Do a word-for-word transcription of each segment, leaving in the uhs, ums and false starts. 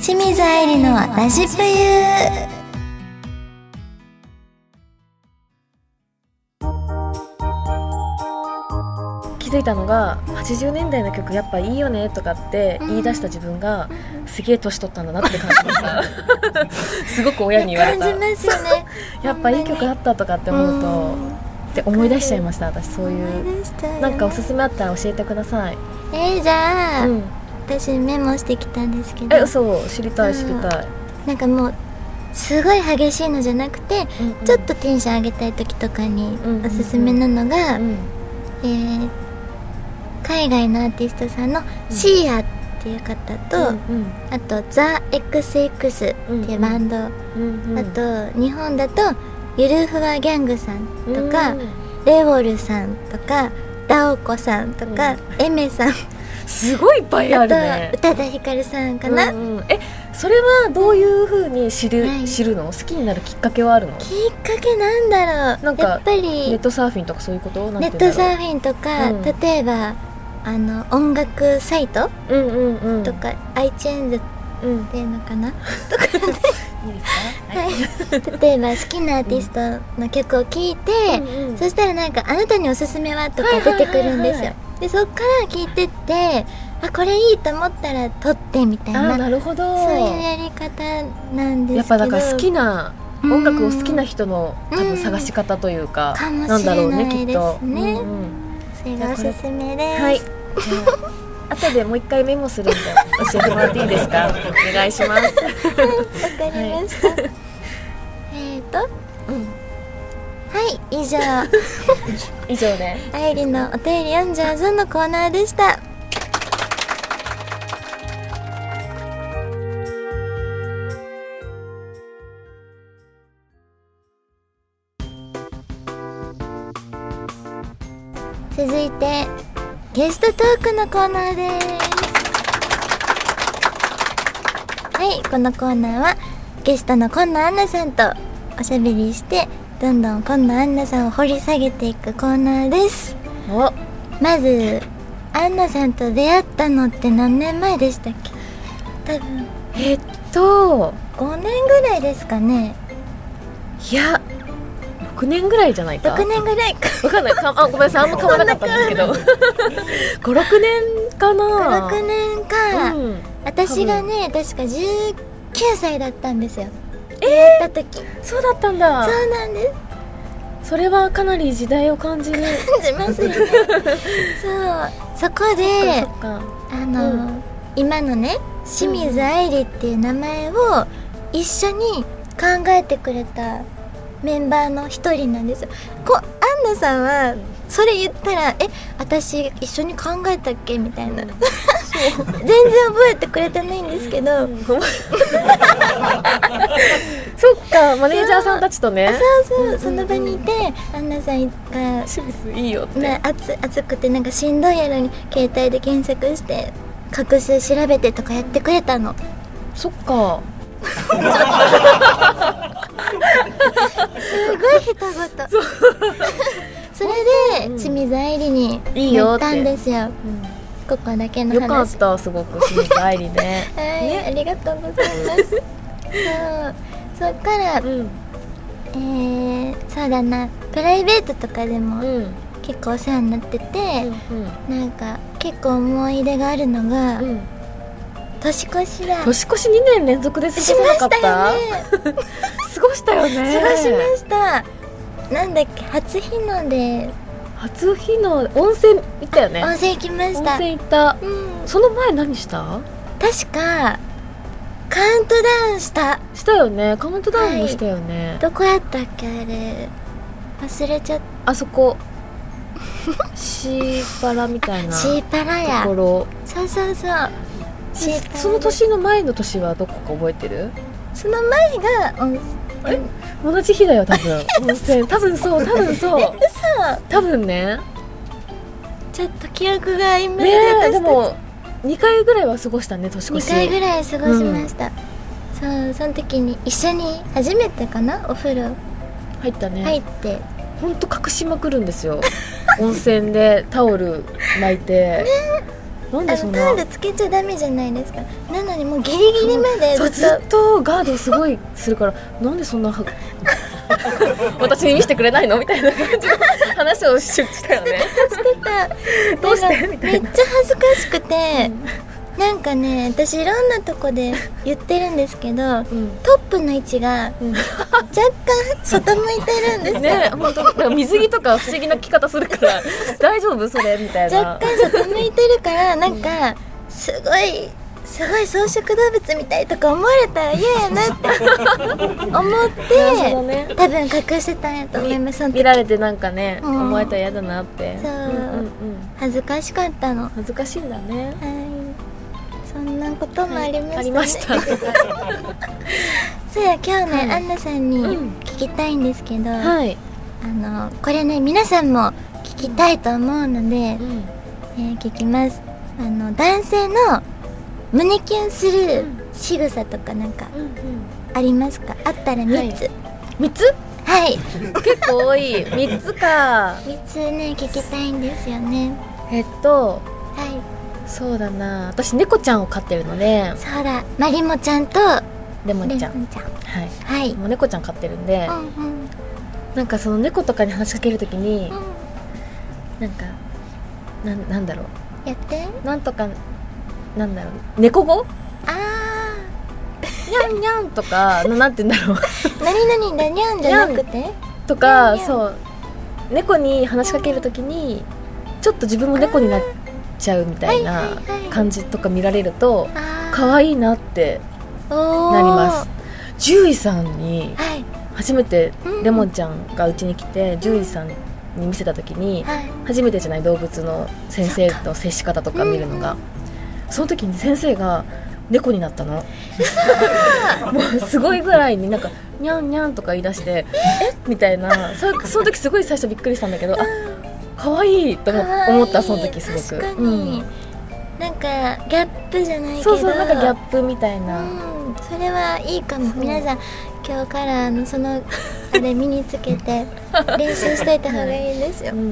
清水愛理のラジプユー。 気づいたのがはちじゅうねんだいの曲やっぱいいよねとかって言い出した自分がすげえ年取ったんだなって感じましたすごく親に言われた。 感じますよねやっぱいい曲あったとかって思うとって思い出しちゃいました。私そういうなんかおすすめあったら教えてください。 えー、じゃあ、うん、私メモしてきたんですけど。 え、そう知りたい知りたい。 なんかもうすごい激しいのじゃなくて、うんうん、ちょっとテンション上げたい時とかにおすすめなのが、うんうんうん、えー海外のアーティストさんのシーアっていう方と、うんうん、あとザ・エックスエックスっていうバンド、うんうん、あと日本だとゆるふわギャングさんとか、うん、レウォルさんとかダオコさんとか、うん、エメさんすごいいっぱいあるね。 あと宇多田ヒカルさんかな、 うんうん、えそれはどういう風に知る、はい、知るの？好きになるきっかけはあるの？ きっかけなんだろう。なんかやっぱりネットサーフィンとかそういうこと？ ネットサーフィンとか、うん、例えばあの音楽サイト、うんうんうん、とか iTunes っていうのかな、うん、とかでいいですか、はい、例えば好きなアーティストの曲を聴いて、うんうん、そしたらなんかあなたにおすすめはとか出てくるんですよ。でそっから聴いてってあこれいいと思ったら撮ってみたいな。 あなるほど。 そういうやり方なんですけど、 やっぱだから好きな音楽を好きな人の多分探し方というか、 うん、 なんだろうねきっと。 かもしれないですね、うんうん、それがおすすめです。 はい、じゃあ後でもう一回メモするんで教えてもらっていいですか？お願いします。わかりました、はい、えーと、うん、はい以上以上で愛理のお便り読んじゃうぞのコーナーでした。続いてゲストトークのコーナーです。はい、このコーナーはゲストの今野アンナさんとおしゃべりしてどんどん今野アンナさんを掘り下げていくコーナーです。おまずアンナさんと出会ったのって何年前でしたっけ？多分えっとごねんぐらいですかね。 いやろくねんぐらいじゃないか。 ろくねんぐらいかわかんないか。あごめんなさいあんま変わらなかったんですけどごろくねんかな。 ごろくねんか、うん、私がね確かじゅうきゅうさいだったんですよ。えー、やった時。 そうだったんだ。 そうなんです。 それはかなり時代を感じる感じますよねそうそこでそっかそっかあの、うん、今のね清水愛理っていう名前を一緒に考えてくれたメンバーの一人なんですよ。こアンナさんはそれ言ったらえ私一緒に考えたっけみたいな、うん、そう全然覚えてくれてないんですけど、うん、そっかマネージャーさんたちとねそうそう、うん、その場にいてアンナさんが清水いいよって、 ね、熱, 熱くてなんかしんどいやろに携帯で検索して画数調べてとかやってくれたの。 そっかすごいひとごとそれで、うん、清水愛理になったんですよ。いいよって、うん、ここだけの話。 よかったすごく清水愛理ねはい、ね、ありがとうございますそうそっから、うん、えー、そうだなプライベートとかでも、うん、結構お世話になってて、うんうん、なんか結構思い出があるのが、うん年越しだ。 年越しにねん連続で過ごさなかった？過ごしたよね。 過ごしました。なんだっけ初日の出初日の温泉行ったよね。 温泉行きました。 温泉行った、うん、その前何した？ 確かカウントダウンしたしたよね。カウントダウンもしたよね、 はい、どこやったっけあれ忘れちゃった。 あそこシーパラみたいなシーパラやところ。 そうそうそう。 その年の前の年はどこか覚えてる？ その前が温泉。 え同じ日だよ多分温泉多分そう多分そう嘘多分ね。 ちょっと記憶が曖昧で、ね、でもにかいぐらいは過ごしたね年越し。 にかいぐらい過ごしました、うん、そうその時に一緒に初めてかなお風呂入ったね。 入ってほんと隠しまくるんですよ温泉でタオル巻いて、ね、 なんでそんなタオルつけちゃダメじゃないですか。なのにもうギリギリまでずっとずっとガードすごいするからなんでそんな私に見せてくれないのみたいな感じの話をしたよねしてたどうしてみたいなめっちゃ恥ずかしくて、うん、なんかね私いろんなとこで言ってるんですけど、うん、トップの位置が、うん、若干外向いてるんですよね。本当だから水着とか不思議な着方するから大丈夫それみたいな若干外向いてるからなんかすごいすごい草食動物みたいとか思われたら嫌やなって思って、ね、多分隠してたんやと思います。 見られてなんかね、うん、思われたら嫌だなってそう、うんうんうん、恥ずかしかったの。 恥ずかしいんだね。はいそんなこともありましたね、はい、 ありましたそうや今日ね、はい、アンナさんに聞きたいんですけど、うんはい、あのこれね皆さんも聞きたいと思うので、うんえー、聞きます。あの男性の胸キュンする仕草とかなんかありますか？あったらみっつ、はい、 みっつ？ はい結構多いみっつかみっつね聞きたいんですよね。 えっとはいそうだな私猫ちゃんを飼ってるのでそうだマリモちゃんとレモンちゃんレモンちゃんはい、 はい、 もう猫ちゃん飼ってるんで、うんうん、なんかその猫とかに話しかけるときに、うん、なんかな、なんだろうやってなんとかなんだろう猫語あーにゃんにゃんとかのなんて言うんだろう何々だにゃんじゃなくてとかそう猫に話しかけるときにちょっと自分も猫になっちゃうみたいな感じとか見られると可愛いなってなります。獣医さんに初めてレモンちゃんがうちに来て獣医さんに見せた時に初めてじゃない動物の先生と接し方とか見るのがその時に先生が猫になったのもうすごいぐらいになんかニャンニャンとか言い出してえみたいな そ, その時すごい最初びっくりしたんだけどあ可愛いと思ったその時すごく確かに、うん、なんかギャップじゃないけどそうそうなんかギャップみたいな、うん、 それはいいかも。皆さん今日からのそのあれ身につけて練習しといた方がいいですよ、うん、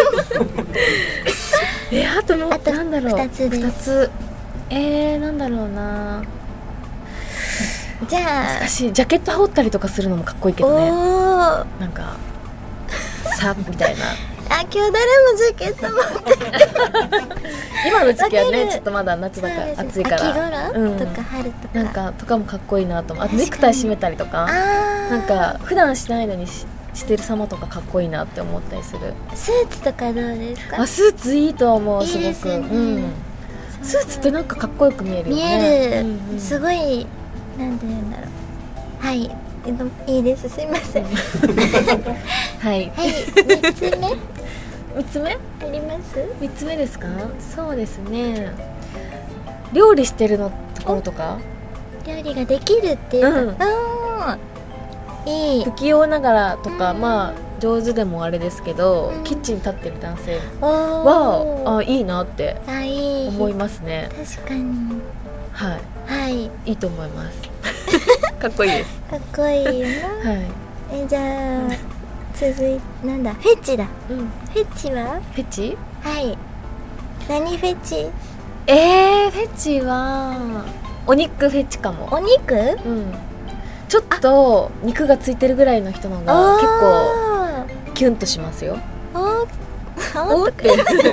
えあともうあとなんだろうふたつです。 ふたつえーなんだろうなじゃあ難しい。ジャケット羽織ったりとかするのもかっこいいけどね。なんかさみたいなあ今日誰もジャケット持って今の時期はねちょっとまだ夏だから暑いから秋頃、うん、とか春とかなんかとかもかっこいいなと思う。あとネクタイ締めたりとかなんか普段しないのに し, してる様とかかっこいいなって思ったりする。 スーツとかどうですか？ あスーツいいと思うすごくいいですよね、 うん、スーツってなんかかっこよく見えるよね。 見える、 うんうん、 すごいなんて言うんだろう。はいいいですすいませんはいはいみっつめみっつめあります？ みっつめですか？そうですね料理してるのところとか料理ができるっていうか、うん、あいい不器用ながらとか、うん、まあ上手でもあれですけど、うん、キッチンに立ってる男性はあいいなって思いますね。 確かにはい、 はい、 いいと思いますかっこいいです。 かっこいいよな、はい、えじゃあ、うん、続いてなんだフェチだ、うん、フェチはフェチはい何フェチえー、フェチはお肉フェチかも。 お肉、 うん、ちょっと肉がついてるぐららいの人のが結構キュンとしますよ。 おおって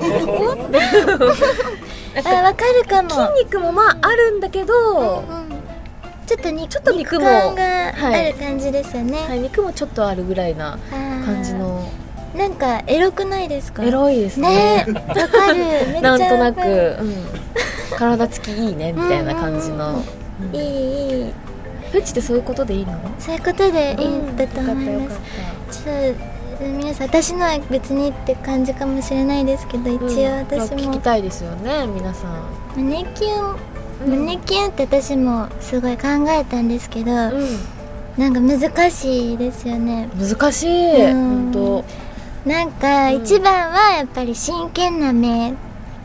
あ分かるかも。 筋肉もまああるんだけど、うんうん、 ちょっと肉、ちょっと肉感がある感じですよね、はいはい、肉もちょっとあるぐらいな感じの。 なんかエロくないですか？ エロいですね。 わかるめっちゃなんとなく、うん、体つきいいねみたいな感じの、 うんうん、いいいい。 フェチってそういうことでいいの？ そういうことでいいんだと思います、うん、ちょっと皆さん私のは別にって感じかもしれないですけど、一応私も、 うん、聞きたいですよね皆さん。 胸キュン、うん、胸キュンって私もすごい考えたんですけど、うん、なんか難しいですよね。 難しい、うん、本当なんか一番はやっぱり真剣な目、うん、ち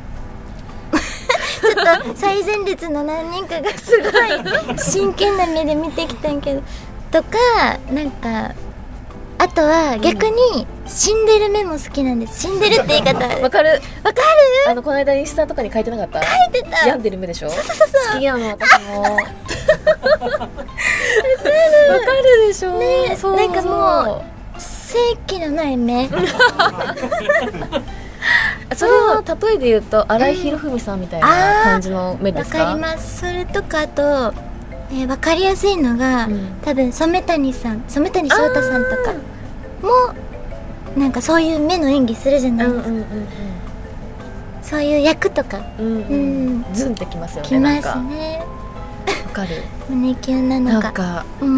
ょっと最前列の何人かがすごい真剣な目で見てきたんけどとか、なんかあとは逆に死んでる目も好きなんです。死んでるって言い方わかるわかる。 あのこの間インスタとかに書いてなかった？ 書いてた。 病んでる目でしょ。 そうそうそうそう。 好きなの私もわかるでしょ、 ね、 そうなんかもう正気のない目それは例えで言うと新井博文さんみたいな感じの目ですか？ わかります。それとかあと、えー、分かりやすいのが、うん、多分染谷さん染谷翔太さんとかもなんかそういう目の演技するじゃないですか、うんうんうんうん、そういう役とか、うんうんうん、ズンってきますよね。 きますね。 わかる。 胸キュンなのかなんか、うん、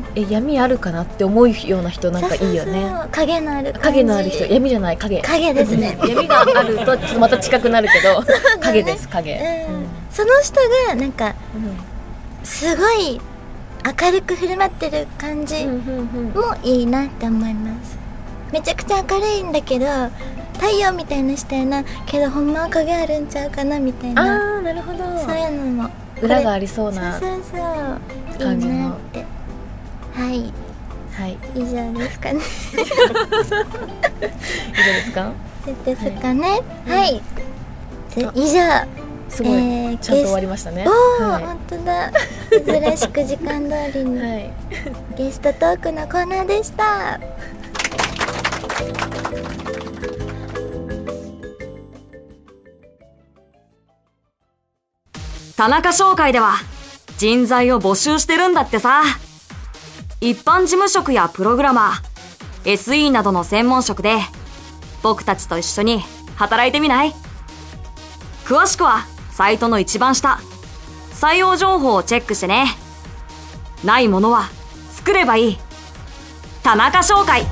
え闇あるかなって思うような人なんかいいよね。そうそうそう、 影のある感じ。 影のある人。闇じゃない影。 影ですね。 闇があるとちょっとまた近くなるけど、ね、影です影、 うんうん、その人がなんか、うん、すごい明るく振る舞ってる感じもいいなって思います。めちゃくちゃ明るいんだけど太陽みたいな人やなけどほんまは影あるんちゃうかなみたいな。 あーなるほど。 そういうのも裏がありそうなそうそうそう感じのいいなって。はいはい以上ですかね以上ですかですかね。はい、はい、以上すごい、えー、ちゃんと終わりましたね。 おー、はい、本当だ珍しく時間通りに、はい、ゲストトークのコーナーでした。 田中商会では人材を募集してるんだってさ。一般事務職やプログラマー、エスイー などの専門職で僕たちと一緒に働いてみない？詳しくはサイトの一番下、採用情報をチェックしてね。ないものは作ればいい。田中商会。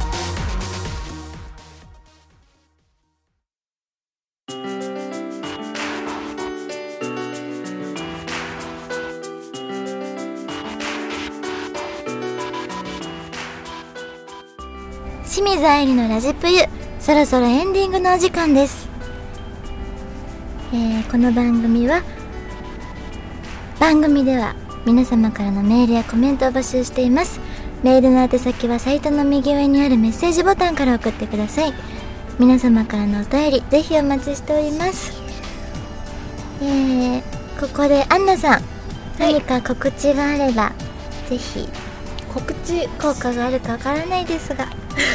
清水愛理のラジプユ、そろそろエンディングのお時間です。えー、この番組は番組では皆様からのメールやコメントを募集しています。メールの宛先はサイトの右上にあるメッセージボタンから送ってください。皆様からのお便りぜひお待ちしております。えー、ここでアンナさん、はい、何か告知があればぜひ。 告知効果があるかわからないですが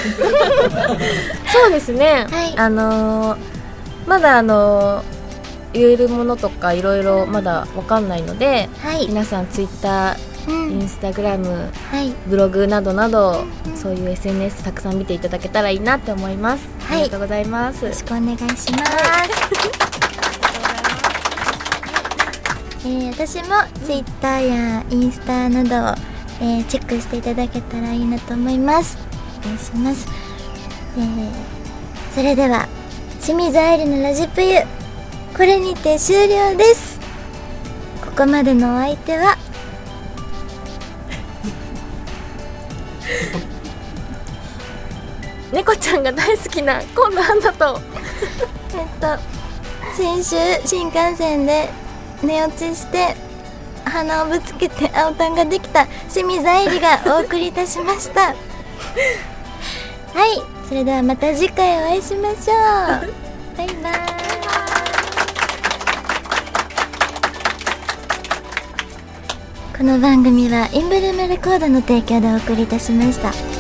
そうですね、 はい、 あのー、まだあのー言えるものとかいろいろまだわかんないので、はい、皆さんツイッター、うん、インスタグラム、はい、ブログなどなど、うん、そういう エスエヌエス たくさん見ていただけたらいいなって思います、はい、ありがとうございます。 よろしくお願いします、はいえー、私もツイッターやインスタなどを、えー、チェックしていただけたらいいなと思います。お願いします、えー、それでは清水愛理のラジプユこれにて終了です。ここまでのお相手は猫ちゃんが大好きな今度アンナとえっと先週新幹線で寝落ちして鼻をぶつけて青タンができた清水愛理がお送りいたしましたはい、それではまた次回お会いしましょうバイバイ。この番組はインブルームレコードの提供でお送りいたしました。